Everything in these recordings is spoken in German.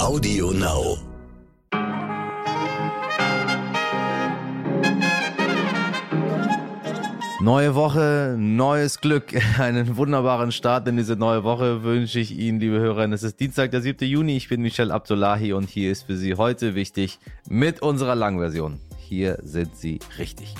Audio Now. Neue Woche, neues Glück. Einen wunderbaren Start in diese neue Woche wünsche ich Ihnen, liebe Hörerinnen. Es ist Dienstag, der 7. Juni. Ich bin Michel Abdullahi und hier ist für Sie heute wichtig mit unserer Langversion. Hier sind Sie richtig.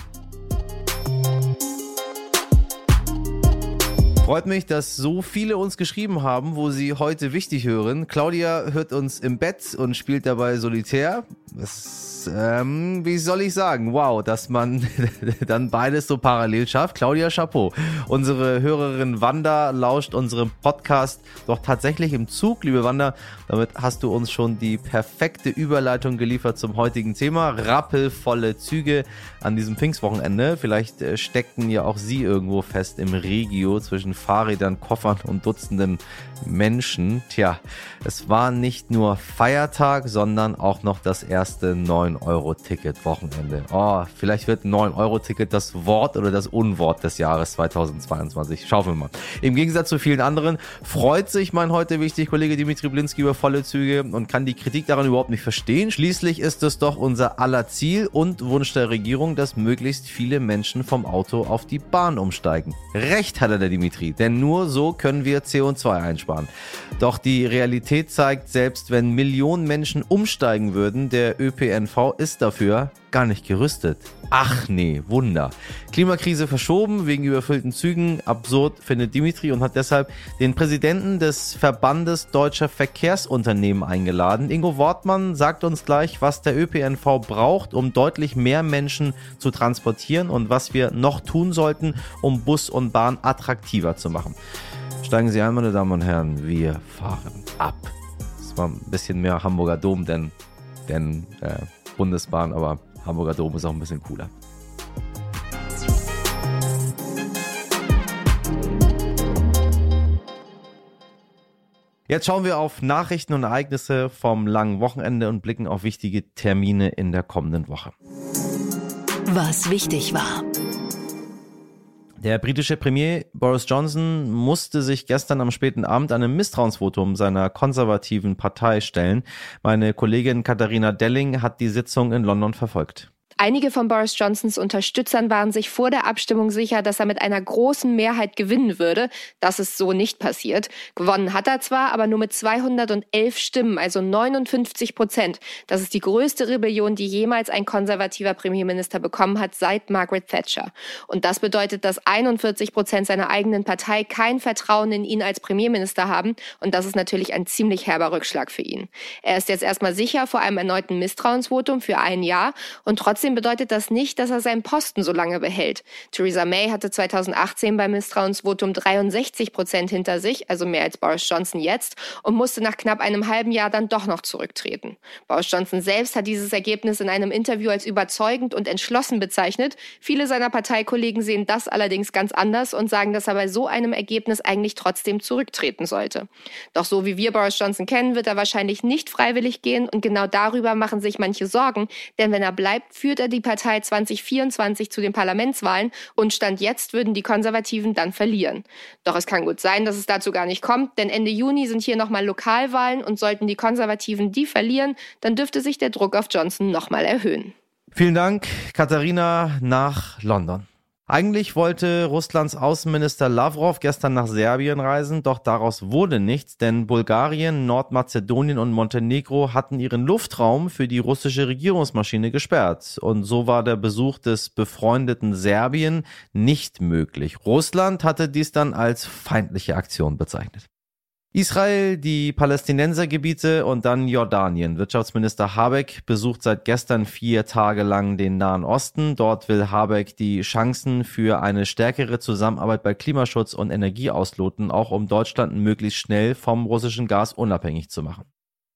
Freut mich, dass so viele uns geschrieben haben, wo sie heute wichtig hören. Claudia hört uns im Bett und spielt dabei Solitär. Wie soll ich sagen? Wow, dass man dann beides so parallel schafft. Claudia, Chapeau. Unsere Hörerin Wanda lauscht unserem Podcast doch tatsächlich im Zug. Liebe Wanda, damit hast du uns schon die perfekte Überleitung geliefert zum heutigen Thema. Rappelvolle Züge an diesem Pfingstwochenende. Vielleicht steckten ja auch Sie irgendwo fest im Regio zwischen Fahrrädern, Koffern und Dutzenden Menschen. Tja, es war nicht nur Feiertag, sondern auch noch das erste 9-Euro-Ticket-Wochenende. Oh, vielleicht wird 9-Euro-Ticket das Wort oder das Unwort des Jahres 2022. Schauen wir mal. Im Gegensatz zu vielen anderen freut sich mein heute wichtig Kollege Dimitri Blinski über volle Züge und kann die Kritik daran überhaupt nicht verstehen. Schließlich ist es doch unser aller Ziel und Wunsch der Regierung, dass möglichst viele Menschen vom Auto auf die Bahn umsteigen. Recht hat der Dimitri, denn nur so können wir CO2 einsparen. Doch die Realität zeigt, selbst wenn Millionen Menschen umsteigen würden, der ÖPNV ist dafür gar nicht gerüstet. Ach nee, Wunder. Klimakrise verschoben wegen überfüllten Zügen, absurd, findet Dimitri und hat deshalb den Präsidenten des Verbandes Deutscher Verkehrsunternehmen eingeladen. Ingo Wortmann sagt uns gleich, was der ÖPNV braucht, um deutlich mehr Menschen zu transportieren und was wir noch tun sollten, um Bus und Bahn attraktiver zu machen. Steigen Sie ein, meine Damen und Herren, wir fahren ab. Das war ein bisschen mehr Hamburger Dom, denn Bundesbahn, aber Hamburger Dom ist auch ein bisschen cooler. Jetzt schauen wir auf Nachrichten und Ereignisse vom langen Wochenende und blicken auf wichtige Termine in der kommenden Woche. Was wichtig war. Der britische Premier Boris Johnson musste sich gestern am späten Abend einem Misstrauensvotum seiner konservativen Partei stellen. Meine Kollegin Katharina Delling hat die Sitzung in London verfolgt. Einige von Boris Johnsons Unterstützern waren sich vor der Abstimmung sicher, dass er mit einer großen Mehrheit gewinnen würde. Das ist so nicht passiert. Gewonnen hat er zwar, aber nur mit 211 Stimmen, also 59%. Das ist die größte Rebellion, die jemals ein konservativer Premierminister bekommen hat, seit Margaret Thatcher. Und das bedeutet, dass 41% seiner eigenen Partei kein Vertrauen in ihn als Premierminister haben. Und das ist natürlich ein ziemlich herber Rückschlag für ihn. Er ist jetzt erstmal sicher vor einem erneuten Misstrauensvotum für ein Jahr und trotzdem bedeutet das nicht, dass er seinen Posten so lange behält. Theresa May hatte 2018 beim Misstrauensvotum 63% hinter sich, also mehr als Boris Johnson jetzt, und musste nach knapp einem halben Jahr dann doch noch zurücktreten. Boris Johnson selbst hat dieses Ergebnis in einem Interview als überzeugend und entschlossen bezeichnet. Viele seiner Parteikollegen sehen das allerdings ganz anders und sagen, dass er bei so einem Ergebnis eigentlich trotzdem zurücktreten sollte. Doch so wie wir Boris Johnson kennen, wird er wahrscheinlich nicht freiwillig gehen und genau darüber machen sich manche Sorgen, denn wenn er bleibt, führt er die Partei 2024 zu den Parlamentswahlen und Stand jetzt würden die Konservativen dann verlieren. Doch es kann gut sein, dass es dazu gar nicht kommt, denn Ende Juni sind hier nochmal Lokalwahlen und sollten die Konservativen die verlieren, dann dürfte sich der Druck auf Johnson nochmal erhöhen. Vielen Dank, Katharina, nach London. Eigentlich wollte Russlands Außenminister Lavrov gestern nach Serbien reisen, doch daraus wurde nichts, denn Bulgarien, Nordmazedonien und Montenegro hatten ihren Luftraum für die russische Regierungsmaschine gesperrt. Und so war der Besuch des befreundeten Serbien nicht möglich. Russland hatte dies dann als feindliche Aktion bezeichnet. Israel, die Palästinensergebiete und dann Jordanien. Wirtschaftsminister Habeck besucht seit gestern 4 Tage lang den Nahen Osten. Dort will Habeck die Chancen für eine stärkere Zusammenarbeit bei Klimaschutz und Energie ausloten, auch um Deutschland möglichst schnell vom russischen Gas unabhängig zu machen.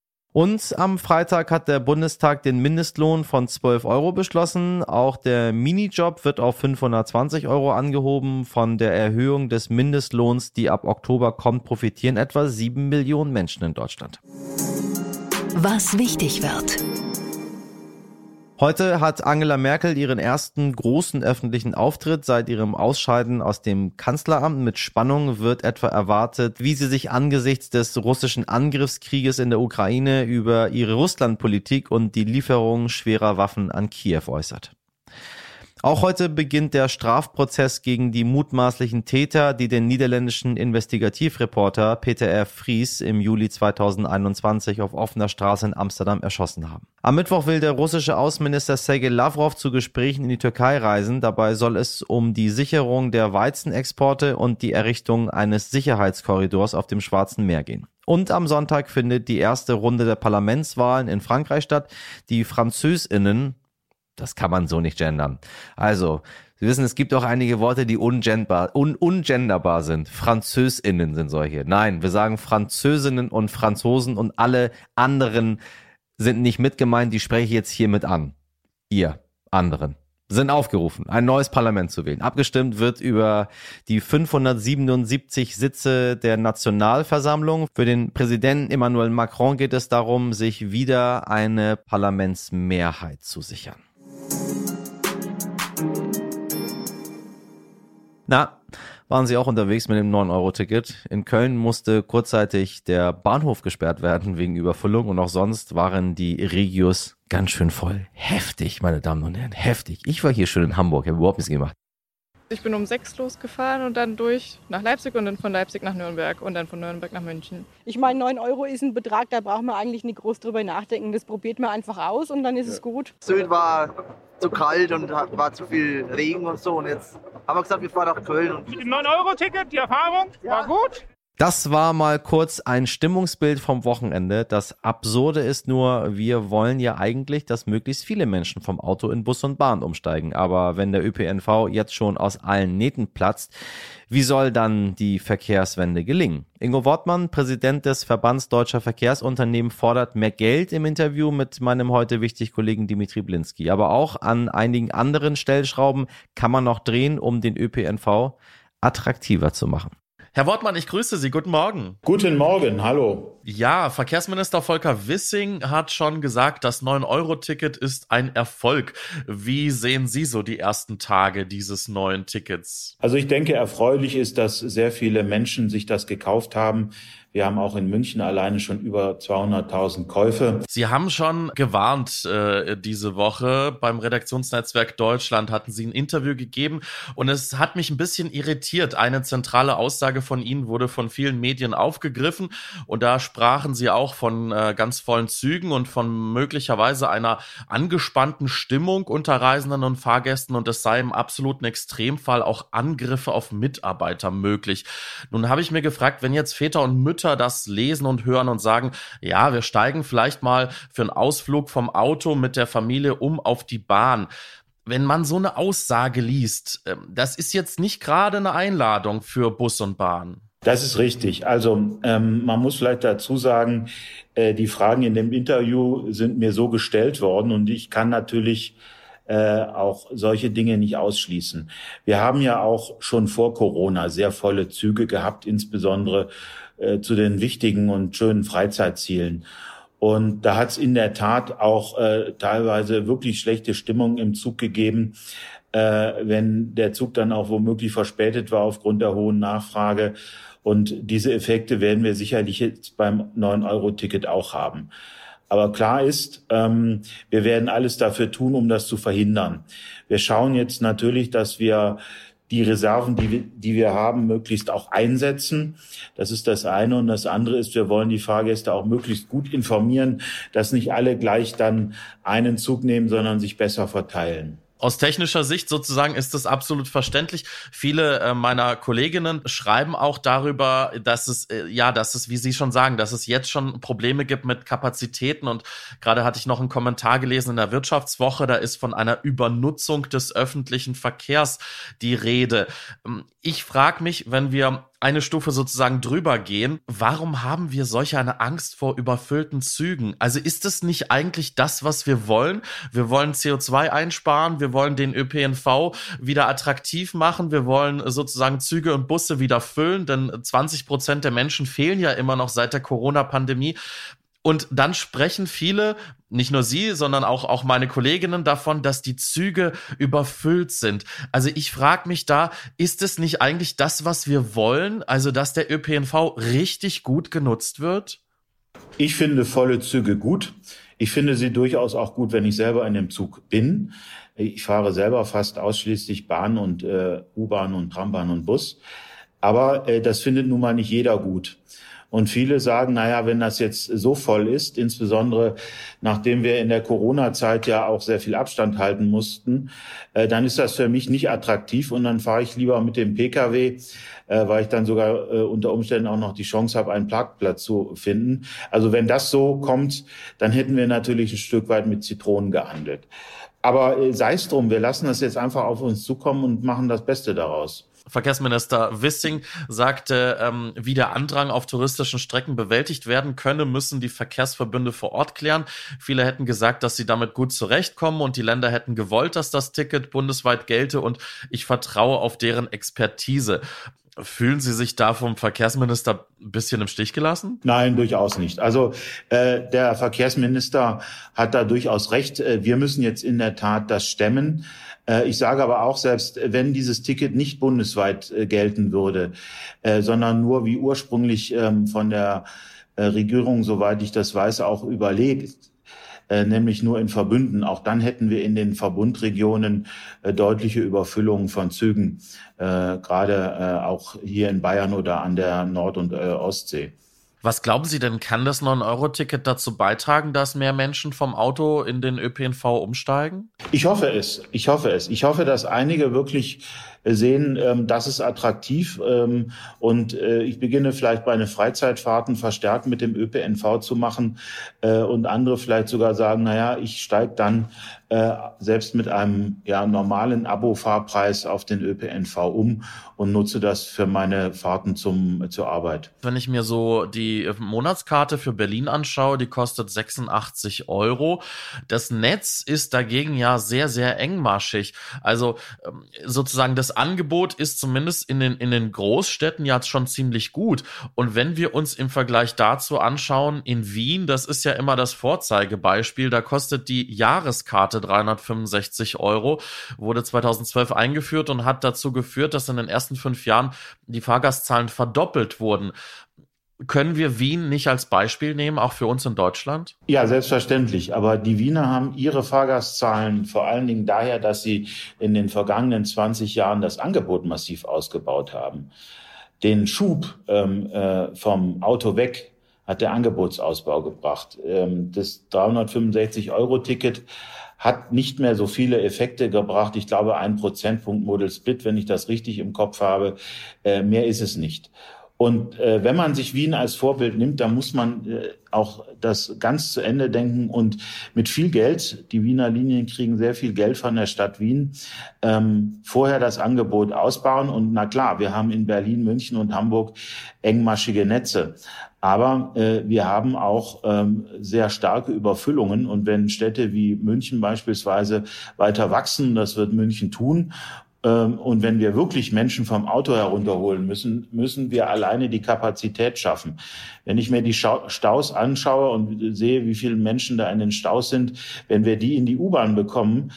Und am Freitag hat der Bundestag den Mindestlohn von 12 Euro beschlossen. Auch der Minijob wird auf 520 Euro angehoben. Von der Erhöhung des Mindestlohns, die ab Oktober kommt, profitieren etwa 7 Millionen Menschen in Deutschland. Was wichtig wird. Heute hat Angela Merkel ihren ersten großen öffentlichen Auftritt seit ihrem Ausscheiden aus dem Kanzleramt. Mit Spannung wird etwa erwartet, wie sie sich angesichts des russischen Angriffskrieges in der Ukraine über ihre Russlandpolitik und die Lieferung schwerer Waffen an Kiew äußert. Auch heute beginnt der Strafprozess gegen die mutmaßlichen Täter, die den niederländischen Investigativreporter Peter R. Vries im Juli 2021 auf offener Straße in Amsterdam erschossen haben. Am Mittwoch will der russische Außenminister Sergei Lavrov zu Gesprächen in die Türkei reisen. Dabei soll es um die Sicherung der Weizenexporte und die Errichtung eines Sicherheitskorridors auf dem Schwarzen Meer gehen. Und am Sonntag findet die erste Runde der Parlamentswahlen in Frankreich statt. Die FranzösInnen, das kann man so nicht gendern. Also, Sie wissen, es gibt auch einige Worte, die ungenderbar sind. FranzösInnen sind solche. Nein, wir sagen Französinnen und Franzosen und alle anderen sind nicht mit gemeint, die spreche ich jetzt hiermit an. Ihr anderen sind aufgerufen, ein neues Parlament zu wählen. Abgestimmt wird über die 577 Sitze der Nationalversammlung. Für den Präsidenten Emmanuel Macron geht es darum, sich wieder eine Parlamentsmehrheit zu sichern. Na, waren Sie auch unterwegs mit dem 9-Euro-Ticket? In Köln musste kurzzeitig der Bahnhof gesperrt werden wegen Überfüllung und auch sonst waren die Regios ganz schön voll. Heftig, meine Damen und Herren, heftig. Ich war hier schon in Hamburg, habe überhaupt nichts gemacht. Ich bin um 6 losgefahren und dann durch nach Leipzig und dann von Leipzig nach Nürnberg und dann von Nürnberg nach München. Ich meine, 9 Euro ist ein Betrag, da braucht man eigentlich nicht groß drüber nachdenken. Das probiert man einfach aus und dann ist es gut. Sylt war zu kalt und war zu viel Regen und so. Und jetzt haben wir gesagt, wir fahren nach Köln. Mit dem 9-Euro-Ticket, die Erfahrung war gut. Das war mal kurz ein Stimmungsbild vom Wochenende. Das Absurde ist nur, wir wollen ja eigentlich, dass möglichst viele Menschen vom Auto in Bus und Bahn umsteigen. Aber wenn der ÖPNV jetzt schon aus allen Nähten platzt, wie soll dann die Verkehrswende gelingen? Ingo Wortmann, Präsident des Verbands Deutscher Verkehrsunternehmen, fordert mehr Geld im Interview mit meinem heute wichtigen Kollegen Dimitri Blinski. Aber auch an einigen anderen Stellschrauben kann man noch drehen, um den ÖPNV attraktiver zu machen. Herr Wortmann, ich grüße Sie. Guten Morgen. Guten Morgen, hallo. Ja, Verkehrsminister Volker Wissing hat schon gesagt, das 9-Euro-Ticket ist ein Erfolg. Wie sehen Sie so die ersten Tage dieses neuen Tickets? Also ich denke, erfreulich ist, dass sehr viele Menschen sich das gekauft haben. Wir haben auch in München alleine schon über 200.000 Käufe. Sie haben schon gewarnt diese Woche. Beim Redaktionsnetzwerk Deutschland hatten Sie ein Interview gegeben und es hat mich ein bisschen irritiert. Eine zentrale Aussage von Ihnen wurde von vielen Medien aufgegriffen und da sprachen Sie auch von ganz vollen Zügen und von möglicherweise einer angespannten Stimmung unter Reisenden und Fahrgästen und es sei im absoluten Extremfall auch Angriffe auf Mitarbeiter möglich. Nun habe ich mir gefragt, wenn jetzt Väter und Mütter das lesen und hören und sagen, ja, wir steigen vielleicht mal für einen Ausflug vom Auto mit der Familie auf die Bahn. Wenn man so eine Aussage liest, das ist jetzt nicht gerade eine Einladung für Bus und Bahn. Das ist richtig. Also man muss vielleicht dazu sagen, die Fragen in dem Interview sind mir so gestellt worden und ich kann natürlich auch solche Dinge nicht ausschließen. Wir haben ja auch schon vor Corona sehr volle Züge gehabt, insbesondere zu den wichtigen und schönen Freizeitzielen. Und da hat es in der Tat auch teilweise wirklich schlechte Stimmung im Zug gegeben, wenn der Zug dann auch womöglich verspätet war aufgrund der hohen Nachfrage. Und diese Effekte werden wir sicherlich jetzt beim 9-Euro-Ticket auch haben. Aber klar ist, wir werden alles dafür tun, um das zu verhindern. Wir schauen jetzt natürlich, dass wir die Reserven, die wir haben, möglichst auch einsetzen. Das ist das eine. Und das andere ist, wir wollen die Fahrgäste auch möglichst gut informieren, dass nicht alle gleich dann einen Zug nehmen, sondern sich besser verteilen. Aus technischer Sicht sozusagen ist das absolut verständlich. Viele meiner Kolleginnen schreiben auch darüber, dass es, wie Sie schon sagen, dass es jetzt schon Probleme gibt mit Kapazitäten. Und gerade hatte ich noch einen Kommentar gelesen in der Wirtschaftswoche, da ist von einer Übernutzung des öffentlichen Verkehrs die Rede. Ich frage mich, wenn wir eine Stufe sozusagen drüber gehen, warum haben wir solch eine Angst vor überfüllten Zügen? Also ist es nicht eigentlich das, was wir wollen? Wir wollen CO2 einsparen, wir wollen den ÖPNV wieder attraktiv machen, wir wollen sozusagen Züge und Busse wieder füllen, denn 20% der Menschen fehlen ja immer noch seit der Corona-Pandemie. Und dann sprechen viele, nicht nur Sie, sondern auch meine Kolleginnen davon, dass die Züge überfüllt sind. Also ich frage mich da, ist es nicht eigentlich das, was wir wollen? Also dass der ÖPNV richtig gut genutzt wird? Ich finde volle Züge gut. Ich finde sie durchaus auch gut, wenn ich selber in dem Zug bin. Ich fahre selber fast ausschließlich Bahn und U-Bahn und Trambahn und Bus. Aber das findet nun mal nicht jeder gut. Und viele sagen, naja, wenn das jetzt so voll ist, insbesondere nachdem wir in der Corona-Zeit ja auch sehr viel Abstand halten mussten, dann ist das für mich nicht attraktiv und dann fahre ich lieber mit dem Pkw, weil ich dann sogar unter Umständen auch noch die Chance habe, einen Parkplatz zu finden. Also wenn das so kommt, dann hätten wir natürlich ein Stück weit mit Zitronen gehandelt. Aber sei es drum, wir lassen das jetzt einfach auf uns zukommen und machen das Beste daraus. Verkehrsminister Wissing sagte, wie der Andrang auf touristischen Strecken bewältigt werden könne, müssen die Verkehrsverbünde vor Ort klären. Viele hätten gesagt, dass sie damit gut zurechtkommen und die Länder hätten gewollt, dass das Ticket bundesweit gelte und ich vertraue auf deren Expertise. Fühlen Sie sich da vom Verkehrsminister ein bisschen im Stich gelassen? Nein, durchaus nicht. Also der Verkehrsminister hat da durchaus recht. Wir müssen jetzt in der Tat das stemmen. Ich sage aber auch, selbst wenn dieses Ticket nicht bundesweit gelten würde, sondern nur wie ursprünglich von der Regierung, soweit ich das weiß, auch überlegt, nämlich nur in Verbünden. Auch dann hätten wir in den Verbundregionen deutliche Überfüllungen von Zügen, gerade auch hier in Bayern oder an der Nord- und Ostsee. Was glauben Sie denn, kann das 9-Euro-Ticket dazu beitragen, dass mehr Menschen vom Auto in den ÖPNV umsteigen? Ich hoffe es. Ich hoffe, dass einige wirklich sehen, das ist attraktiv und ich beginne vielleicht meine Freizeitfahrten verstärkt mit dem ÖPNV zu machen und andere vielleicht sogar sagen, naja, ich steige dann selbst mit einem normalen Abo-Fahrpreis auf den ÖPNV um und nutze das für meine Fahrten zur Arbeit. Wenn ich mir so die Monatskarte für Berlin anschaue, die kostet 86 €. Das Netz ist dagegen ja sehr, sehr engmaschig. Also sozusagen das Angebot ist zumindest in den Großstädten ja schon ziemlich gut. Und wenn wir uns im Vergleich dazu anschauen, in Wien, das ist ja immer das Vorzeigebeispiel, da kostet die Jahreskarte 365 €, wurde 2012 eingeführt und hat dazu geführt, dass in den ersten 5 Jahren die Fahrgastzahlen verdoppelt wurden. Können wir Wien nicht als Beispiel nehmen, auch für uns in Deutschland? Ja, selbstverständlich. Aber die Wiener haben ihre Fahrgastzahlen vor allen Dingen daher, dass sie in den vergangenen 20 Jahren das Angebot massiv ausgebaut haben. Den Schub vom Auto weg hat der Angebotsausbau gebracht. Das 365-Euro-Ticket hat nicht mehr so viele Effekte gebracht. Ich glaube, 1 Prozentpunkt Model Split, wenn ich das richtig im Kopf habe. Mehr ist es nicht. Und wenn man sich Wien als Vorbild nimmt, dann muss man auch das ganz zu Ende denken und mit viel Geld, die Wiener Linien kriegen sehr viel Geld von der Stadt Wien, vorher das Angebot ausbauen. Und na klar, wir haben in Berlin, München und Hamburg engmaschige Netze. Aber wir haben auch sehr starke Überfüllungen. Und wenn Städte wie München beispielsweise weiter wachsen, das wird München tun, und wenn wir wirklich Menschen vom Auto herunterholen müssen wir alleine die Kapazität schaffen. Wenn ich mir die Staus anschaue und sehe, wie viele Menschen da in den Staus sind, wenn wir die in die U-Bahn bekommen,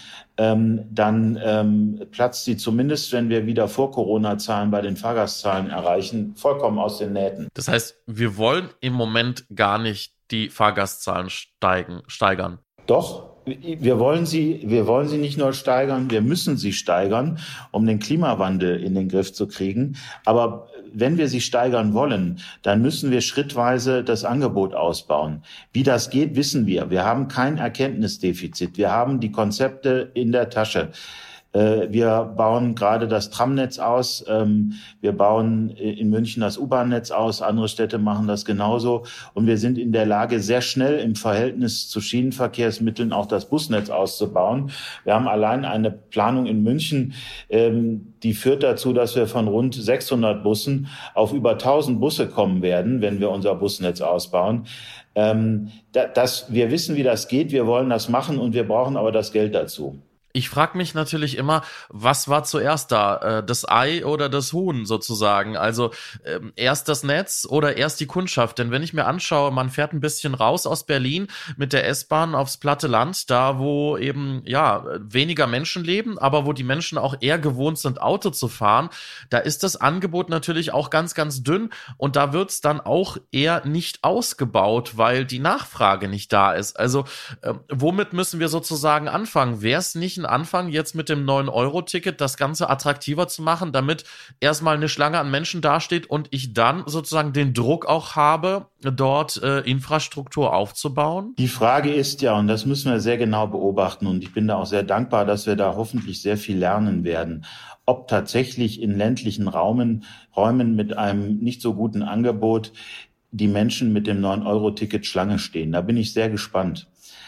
dann platzt sie zumindest, wenn wir wieder vor Corona-Zahlen bei den Fahrgastzahlen erreichen, vollkommen aus den Nähten. Das heißt, wir wollen im Moment gar nicht die Fahrgastzahlen steigern. Doch. Wir wollen sie nicht nur steigern, wir müssen sie steigern, um den Klimawandel in den Griff zu kriegen. Aber wenn wir sie steigern wollen, dann müssen wir schrittweise das Angebot ausbauen. Wie das geht, wissen wir. Wir haben kein Erkenntnisdefizit. Wir haben die Konzepte in der Tasche. Wir bauen gerade das Tramnetz aus. Wir bauen in München das U-Bahn-Netz aus. Andere Städte machen das genauso. Und wir sind in der Lage, sehr schnell im Verhältnis zu Schienenverkehrsmitteln auch das Busnetz auszubauen. Wir haben allein eine Planung in München, die führt dazu, dass wir von rund 600 Bussen auf über 1000 Busse kommen werden, wenn wir unser Busnetz ausbauen. Wir wissen, wie das geht. Wir wollen das machen und wir brauchen aber das Geld dazu. Ich frage mich natürlich immer, was war zuerst da? Das Ei oder das Huhn sozusagen? Also erst das Netz oder erst die Kundschaft? Denn wenn ich mir anschaue, man fährt ein bisschen raus aus Berlin mit der S-Bahn aufs platte Land, da wo eben weniger Menschen leben, aber wo die Menschen auch eher gewohnt sind, Auto zu fahren, da ist das Angebot natürlich auch ganz, ganz dünn und da wird's dann auch eher nicht ausgebaut, weil die Nachfrage nicht da ist. Also womit müssen wir sozusagen anfangen? Wäre es nicht ein Anfang, jetzt mit dem 9-Euro-Ticket das Ganze attraktiver zu machen, damit erstmal eine Schlange an Menschen dasteht und ich dann sozusagen den Druck auch habe, dort Infrastruktur aufzubauen? Die Frage ist ja, und das müssen wir sehr genau beobachten, und ich bin da auch sehr dankbar, dass wir da hoffentlich sehr viel lernen werden, ob tatsächlich in ländlichen Räumen mit einem nicht so guten Angebot die Menschen mit dem 9-Euro-Ticket Schlange stehen. Da bin ich sehr gespannt.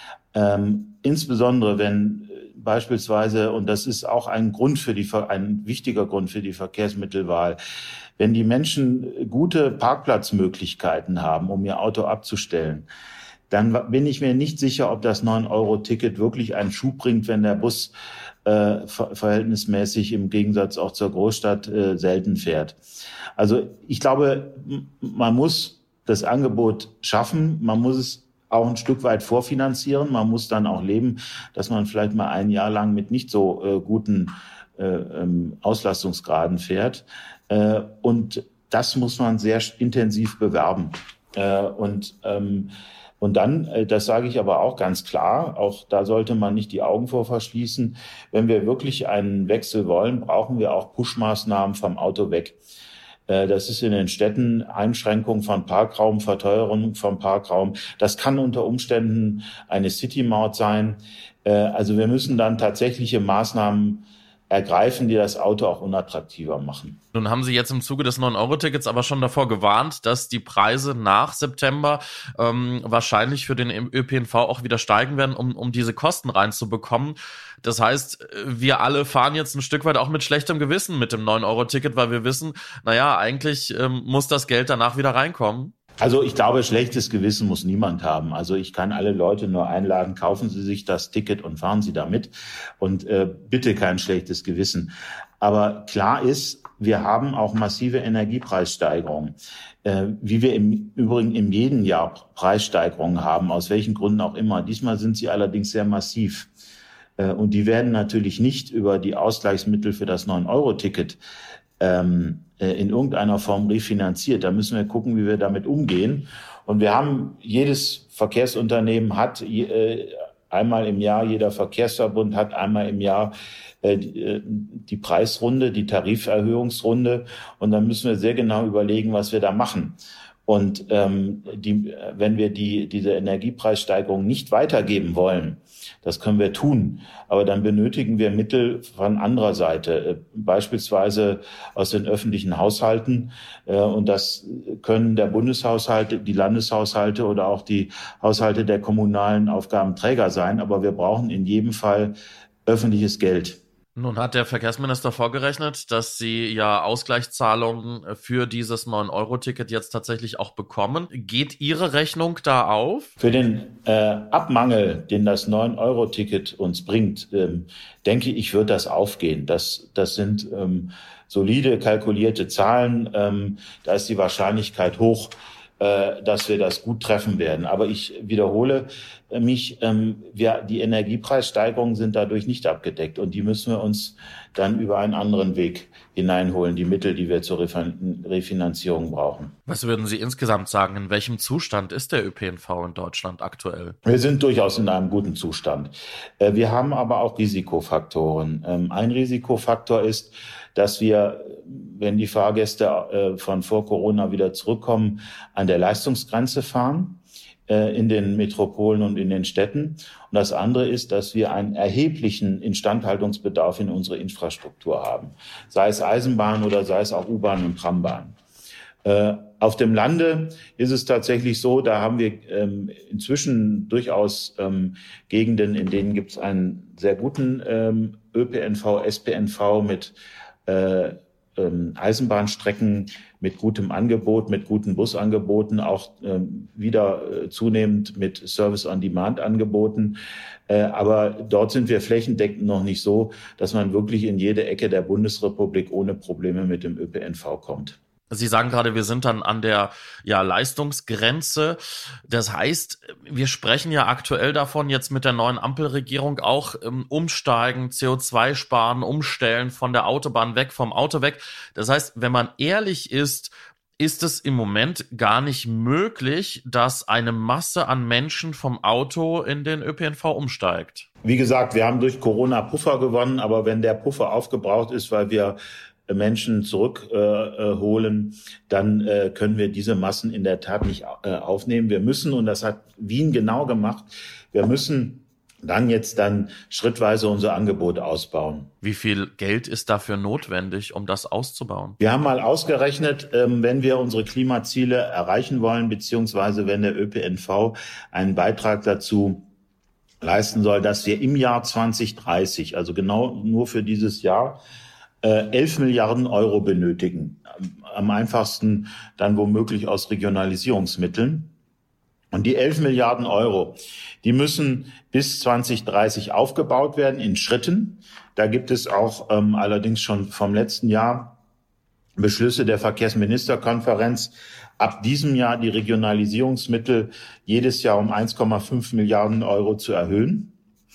Insbesondere wenn beispielsweise, und das ist auch ein wichtiger Grund für die Verkehrsmittelwahl, wenn die Menschen gute Parkplatzmöglichkeiten haben, um ihr Auto abzustellen, dann bin ich mir nicht sicher, ob das 9-Euro-Ticket wirklich einen Schub bringt, wenn der Bus verhältnismäßig im Gegensatz auch zur Großstadt selten fährt. Also ich glaube, man muss das Angebot schaffen, man muss es auch ein Stück weit vorfinanzieren. Man muss dann auch leben, dass man vielleicht mal ein Jahr lang mit nicht so guten Auslastungsgraden fährt. Und das muss man sehr intensiv bewerben. Und dann, das sage ich aber auch ganz klar, auch da sollte man nicht die Augen vor verschließen. Wenn wir wirklich einen Wechsel wollen, brauchen wir auch Push-Maßnahmen vom Auto weg. Das ist in den Städten Einschränkung von Parkraum, Verteuerung vom Parkraum. Das kann unter Umständen eine City-Maut sein. Also wir müssen dann tatsächliche Maßnahmen ergreifen, die das Auto auch unattraktiver machen. Nun haben Sie jetzt im Zuge des 9-Euro-Tickets aber schon davor gewarnt, dass die Preise nach September wahrscheinlich für den ÖPNV auch wieder steigen werden, um diese Kosten reinzubekommen. Das heißt, wir alle fahren jetzt ein Stück weit auch mit schlechtem Gewissen mit dem 9-Euro-Ticket, weil wir wissen, eigentlich muss das Geld danach wieder reinkommen. Also ich glaube, schlechtes Gewissen muss niemand haben. Also ich kann alle Leute nur einladen, kaufen Sie sich das Ticket und fahren Sie damit. Und bitte kein schlechtes Gewissen. Aber klar ist, wir haben auch massive Energiepreissteigerungen. Wie wir im Übrigen in jedem Jahr Preissteigerungen haben, aus welchen Gründen auch immer. Diesmal sind sie allerdings sehr massiv. Und die werden natürlich nicht über die Ausgleichsmittel für das 9-Euro-Ticket in irgendeiner Form refinanziert. Da müssen wir gucken, wie wir damit umgehen. Und wir haben, jedes Verkehrsunternehmen hat einmal im Jahr, jeder Verkehrsverbund hat einmal im Jahr die Preisrunde, die Tariferhöhungsrunde. Und dann müssen wir sehr genau überlegen, was wir da machen. Und wenn wir diese Energiepreissteigerung nicht weitergeben wollen, das können wir tun, aber dann benötigen wir Mittel von anderer Seite, beispielsweise aus den öffentlichen Haushalten. Und das können der Bundeshaushalt, die Landeshaushalte oder auch die Haushalte der kommunalen Aufgabenträger sein. Aber wir brauchen in jedem Fall öffentliches Geld. Nun hat der Verkehrsminister vorgerechnet, dass sie ja Ausgleichszahlungen für dieses 9-Euro-Ticket jetzt tatsächlich auch bekommen. Geht Ihre Rechnung da auf? Für den Abmangel, den das 9-Euro-Ticket uns bringt, denke ich, wird das aufgehen. Das sind solide kalkulierte Zahlen. Da ist die Wahrscheinlichkeit hoch, dass wir das gut treffen werden. Aber ich wiederhole mich, die Energiepreissteigerungen sind dadurch nicht abgedeckt und die müssen wir uns dann über einen anderen Weg hineinholen, die Mittel, die wir zur Refinanzierung brauchen. Was würden Sie insgesamt sagen, in welchem Zustand ist der ÖPNV in Deutschland aktuell? Wir sind durchaus in einem guten Zustand. Wir haben aber auch Risikofaktoren. Ein Risikofaktor ist, dass wir, wenn die Fahrgäste von vor Corona wieder zurückkommen, an der Leistungsgrenze fahren in den Metropolen und in den Städten. Und das andere ist, dass wir einen erheblichen Instandhaltungsbedarf in unserer Infrastruktur haben, sei es Eisenbahn oder sei es auch U-Bahn und Trambahn. Auf dem Lande ist es tatsächlich so, da haben wir inzwischen durchaus Gegenden, in denen gibt es einen sehr guten ÖPNV, SPNV mit Eisenbahnstrecken mit gutem Angebot, mit guten Busangeboten, auch wieder zunehmend mit Service-on-Demand-Angeboten. Aber dort sind wir flächendeckend noch nicht so, dass man wirklich in jede Ecke der Bundesrepublik ohne Probleme mit dem ÖPNV kommt. Sie sagen gerade, wir sind dann an der Leistungsgrenze. Das heißt, wir sprechen ja aktuell davon, jetzt mit der neuen Ampelregierung auch umsteigen, CO2 sparen, umstellen von der Autobahn weg, vom Auto weg. Das heißt, wenn man ehrlich ist es im Moment gar nicht möglich, dass eine Masse an Menschen vom Auto in den ÖPNV umsteigt. Wie gesagt, wir haben durch Corona Puffer gewonnen, aber wenn der Puffer aufgebraucht ist, weil wir Menschen zurückholen, dann können wir diese Massen in der Tat nicht aufnehmen. Wir müssen, und das hat Wien genau gemacht, wir müssen dann schrittweise unser Angebot ausbauen. Wie viel Geld ist dafür notwendig, um das auszubauen? Wir haben mal ausgerechnet, wenn wir unsere Klimaziele erreichen wollen, beziehungsweise wenn der ÖPNV einen Beitrag dazu leisten soll, dass wir im Jahr 2030, also genau nur für dieses Jahr, 11 Milliarden Euro benötigen. Am einfachsten dann womöglich aus Regionalisierungsmitteln. Und die 11 Milliarden Euro, die müssen bis 2030 aufgebaut werden in Schritten. Da gibt es auch allerdings schon vom letzten Jahr Beschlüsse der Verkehrsministerkonferenz, ab diesem Jahr die Regionalisierungsmittel jedes Jahr um 1,5 Milliarden Euro zu erhöhen.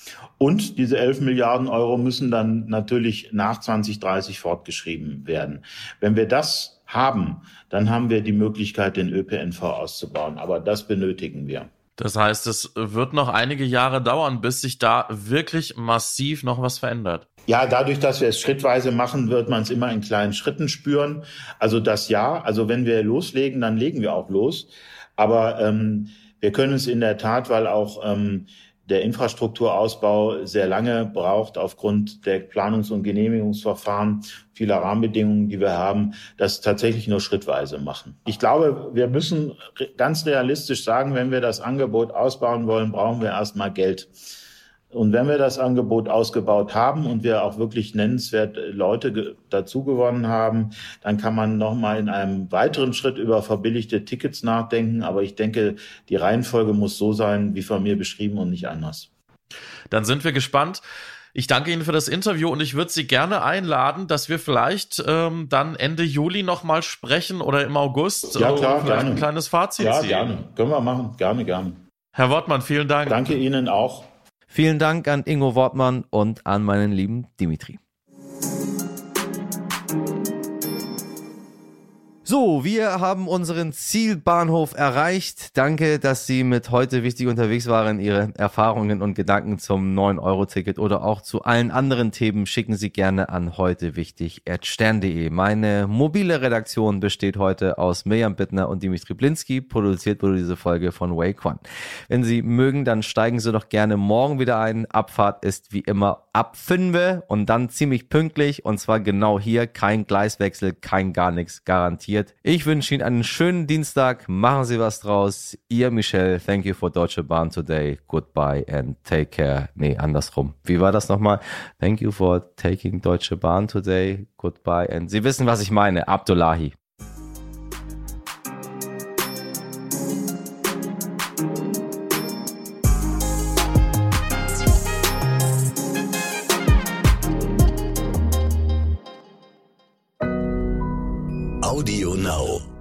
Und diese 11 Milliarden Euro müssen dann natürlich nach 2030 fortgeschrieben werden. Wenn wir das haben, dann haben wir die Möglichkeit, den ÖPNV auszubauen. Aber das benötigen wir. Das heißt, es wird noch einige Jahre dauern, bis sich da wirklich massiv noch was verändert. Ja, dadurch, dass wir es schrittweise machen, wird man es immer in kleinen Schritten spüren. Also also wenn wir loslegen, dann legen wir auch los. Aber wir können es in der Tat, weil auch der Infrastrukturausbau sehr lange braucht aufgrund der Planungs- und Genehmigungsverfahren, vieler Rahmenbedingungen, die wir haben, das tatsächlich nur schrittweise machen. Ich glaube, wir müssen ganz realistisch sagen, wenn wir das Angebot ausbauen wollen, brauchen wir erstmal Geld. Und wenn wir das Angebot ausgebaut haben und wir auch wirklich nennenswert Leute dazu gewonnen haben, dann kann man nochmal in einem weiteren Schritt über verbilligte Tickets nachdenken. Aber ich denke, die Reihenfolge muss so sein, wie von mir beschrieben und nicht anders. Dann sind wir gespannt. Ich danke Ihnen für das Interview und ich würde Sie gerne einladen, dass wir vielleicht dann Ende Juli nochmal sprechen oder im August. Ja, klar, vielleicht gerne. Ein kleines Fazit ziehen. Ja, gerne. Können wir machen. Gerne. Herr Wortmann, vielen Dank. Danke Ihnen auch. Vielen Dank an Ingo Wortmann und an meinen lieben Dimitri. So, wir haben unseren Zielbahnhof erreicht. Danke, dass Sie mit heute wichtig unterwegs waren. Ihre Erfahrungen und Gedanken zum 9-Euro-Ticket oder auch zu allen anderen Themen schicken Sie gerne an heutewichtig@stern.de. Meine mobile Redaktion besteht heute aus Mirjam Bittner und Dimitri Blinski. Produziert wurde diese Folge von Wake One. Wenn Sie mögen, dann steigen Sie doch gerne morgen wieder ein. Abfahrt ist wie immer ab 5 und dann ziemlich pünktlich und zwar genau hier. Kein Gleiswechsel, kein gar nichts garantiert. Ich wünsche Ihnen einen schönen Dienstag. Machen Sie was draus. Ihr Michel, thank you for Deutsche Bahn today. Goodbye and take care. Nee, andersrum. Wie war das nochmal? Thank you for taking Deutsche Bahn today. Goodbye and... Sie wissen, was ich meine. Abdullahi. Audio Now.